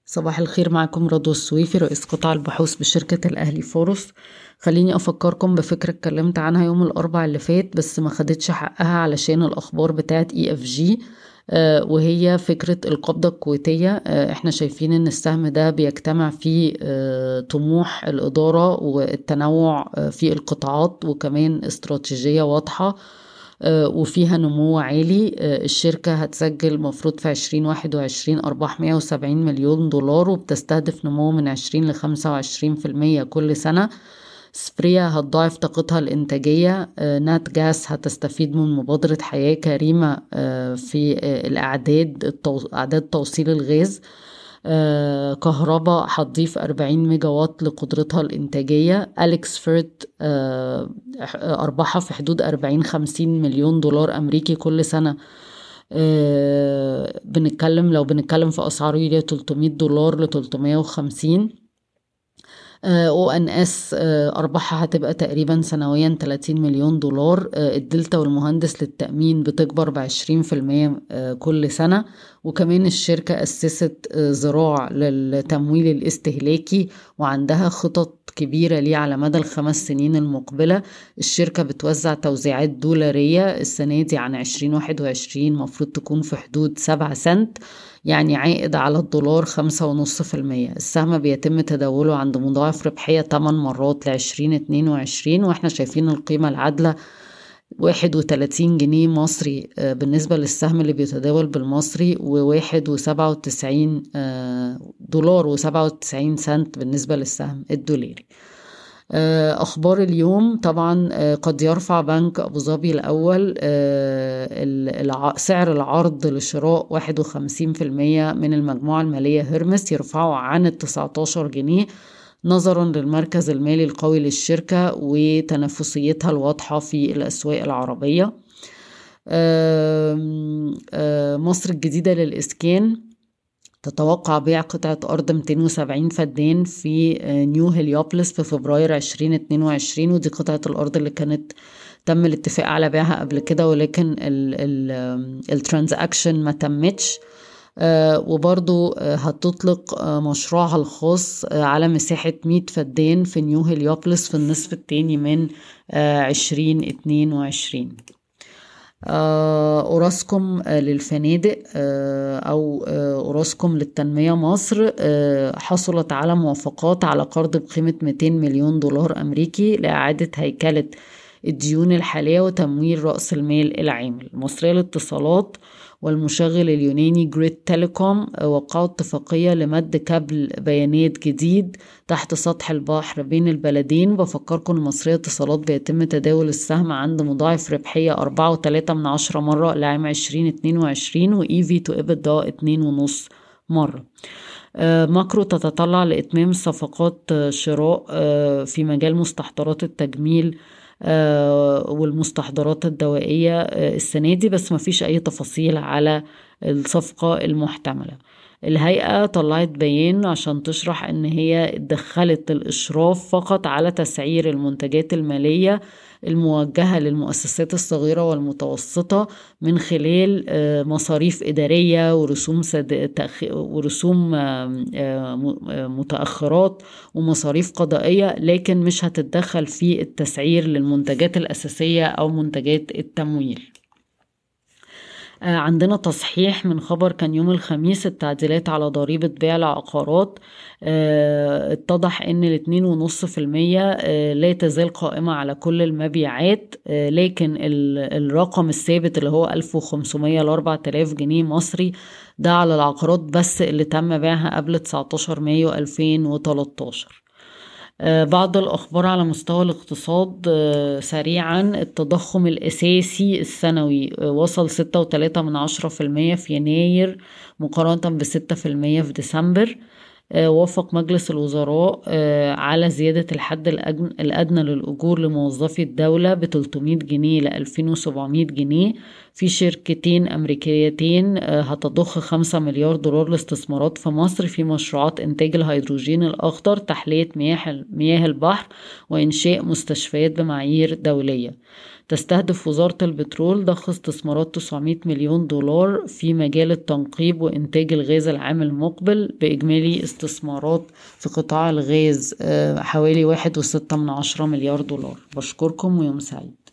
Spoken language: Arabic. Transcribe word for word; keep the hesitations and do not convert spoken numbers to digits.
صباح الخير، معكم رضوى السويفي رئيس قطاع البحوث بشركة الأهلي فورس. خليني أفكركم بفكرة اتكلمت عنها يوم الأربع اللي فات بس ما خدتش حقها علشان الأخبار بتاعت اي اف جي، وهي فكرة القبضة الكويتية. آه، احنا شايفين ان السهم ده بيجتمع فيه آه، طموح الإدارة والتنوع آه، في القطاعات، وكمان استراتيجية واضحة آه، وفيها نمو عالي. آه، الشركة هتسجل مفروض في عشرين واحد وعشرين أرباح مية وسبعين مليون دولار، وبتستهدف نمو من عشرين لخمسة وعشرين في المية كل سنة. سبريا هتضاعف طاقتها الإنتاجية. آه، نات جاس هتستفيد من مبادرة حياة كريمة آه، في آه، الأعداد التو... أعداد توصيل الغاز. آه، كهرباء هتضيف أربعين ميجا وات لقدرتها الإنتاجية. أليكس فيرت آه، أرباحها في حدود أربعين خمسين مليون دولار أمريكي كل سنة. آه، بنتكلم لو بنتكلم في أسعار يوريا تلتمية دولار ل تلتمية وخمسين. او ان اس ارباحها هتبقى تقريبا سنويا تلاتين مليون دولار. آه، الدلتا والمهندس للتأمين بتكبر بعشرين في المية آه، كل سنة. وكمان الشركة أسست آه، ذراع للتمويل الاستهلاكي، وعندها خطط كبيرة ليه على مدى الخمس سنين المقبلة. الشركة بتوزع توزيعات دولارية السنة دي عن عشرين واحد وعشرين مفروض تكون في حدود سبعة سنت، يعني عائد على الدولار خمسة ونص في المية. السهم بيتم تداوله عند مضاعف ربحية تمن مرات لعشرين اتنين وعشرين، واحنا شايفين القيمة العادلة واحد وتلاتين جنيه مصري آه، بالنسبة للسهم اللي بيتداول بالمصري، وواحد وسبعة وتسعين دولار وسبعة وتسعين سنت بالنسبة للسهم الدولاري. آه، أخبار اليوم طبعا آه، قد يرفع بنك أبو ظبي الأول آه، الع- سعر العرض لشراء واحد وخمسين في المية من المجموعة المالية هيرمس، يرفعه عن التسعتاشر جنيه نظرا للمركز المالي القوي للشركة وتنافسيتها الواضحة في الأسواق العربية. آم، آه، مصر الجديدة للإسكان تتوقع بيع قطعة أرض ميتين وسبعين فدان في آه، نيو هليوبلس في فبراير عشرين اتنين وعشرين، ودي قطعة الأرض اللي كانت تم الاتفاق على بيعها قبل كده، ولكن الترانزاكشن ما تمتش. آه، وبرضو آه، هتطلق آه، مشروعها الخاص آه، على مساحة مية فدان في نيو هليوبلس في النصف التاني من آه، عشرين اتنين وعشرين. آه، أوراسكوم آه، للفنادق آه، أو آه، أوراسكوم للتنمية مصر آه، حصلت على موافقات على قرض بقيمة ميتين مليون دولار أمريكي لإعادة هيكلة الديون الحالية وتمويل رأس المال العامل. المصرية للاتصالات والمشغل اليوناني جريد تيليكوم آه، وقعوا اتفاقية لمد كابل بيانات جديد تحت سطح البحر بين البلدين. بفكركم المصرية اتصالات بيتم تداول السهم عند مضاعف ربحية أربعة وتلاتة من عشرة مرة لعام عشرين اتنين وعشرين، وإي في تو إبدا اتنين ونص مرة. آه، ماكرو تتطلع لإتمام صفقات آه، شراء آه، في مجال مستحضرات التجميل آه، والمستحضرات الدوائية آه، السنة دي، بس ما فيش أي تفاصيل على الصفقة المحتملة. الهيئة طلعت بيان عشان تشرح ان هي دخلت الاشراف فقط على تسعير المنتجات المالية الموجهة للمؤسسات الصغيرة والمتوسطة من خلال آه، مصاريف إدارية ورسوم سد... تأخ... ورسوم آه، آه، م- آه، متأخرات ومصاريف قضائية، لكن مش هتتدخل في التسعير للمنتجات الأساسية أو منتجات التمويل. آه، عندنا تصحيح من خبر كان يوم الخميس، التعديلات على ضريبة بيع العقارات آه، اتضح ان الاتنين ونص في المية آه، لا تزال قائمة على كل المبيعات، آه، لكن ال- الرقم الثابت اللي هو ألف وخمسمية ل أربعة آلاف جنيه مصري ده على العقارات بس اللي تم بيعها قبل تسعتاشر مايو ألفين وتلتاشر. آه، بعض الأخبار على مستوى الاقتصاد آه، سريعا، التضخم الأساسي السنوي آه، وصل ستة وتلاتة من عشرة في المية في يناير مقارنة بستة في المية في ديسمبر. آه، وافق مجلس الوزراء آه، على زيادة الحد الأجن- الأدنى للأجور لموظفي الدولة ب تلتمية جنيه ل ألفين وسبعمية جنيه. في شركتين أمريكيتين آه، هتضخ خمسة مليار دولار لاستثمارات في مصر في مشروعات إنتاج الهيدروجين الأخضر، تحلية مياه مياه البحر، وإنشاء مستشفيات بمعايير دولية. تستهدف وزارة البترول ضخ استثمارات تسعمائة مليون دولار في مجال التنقيب وإنتاج الغاز العام المقبل، بإجمالي استثمارات في قطاع الغاز حوالي واحد وستة من عشرة مليار دولار. بشكركم ويوم سعيد.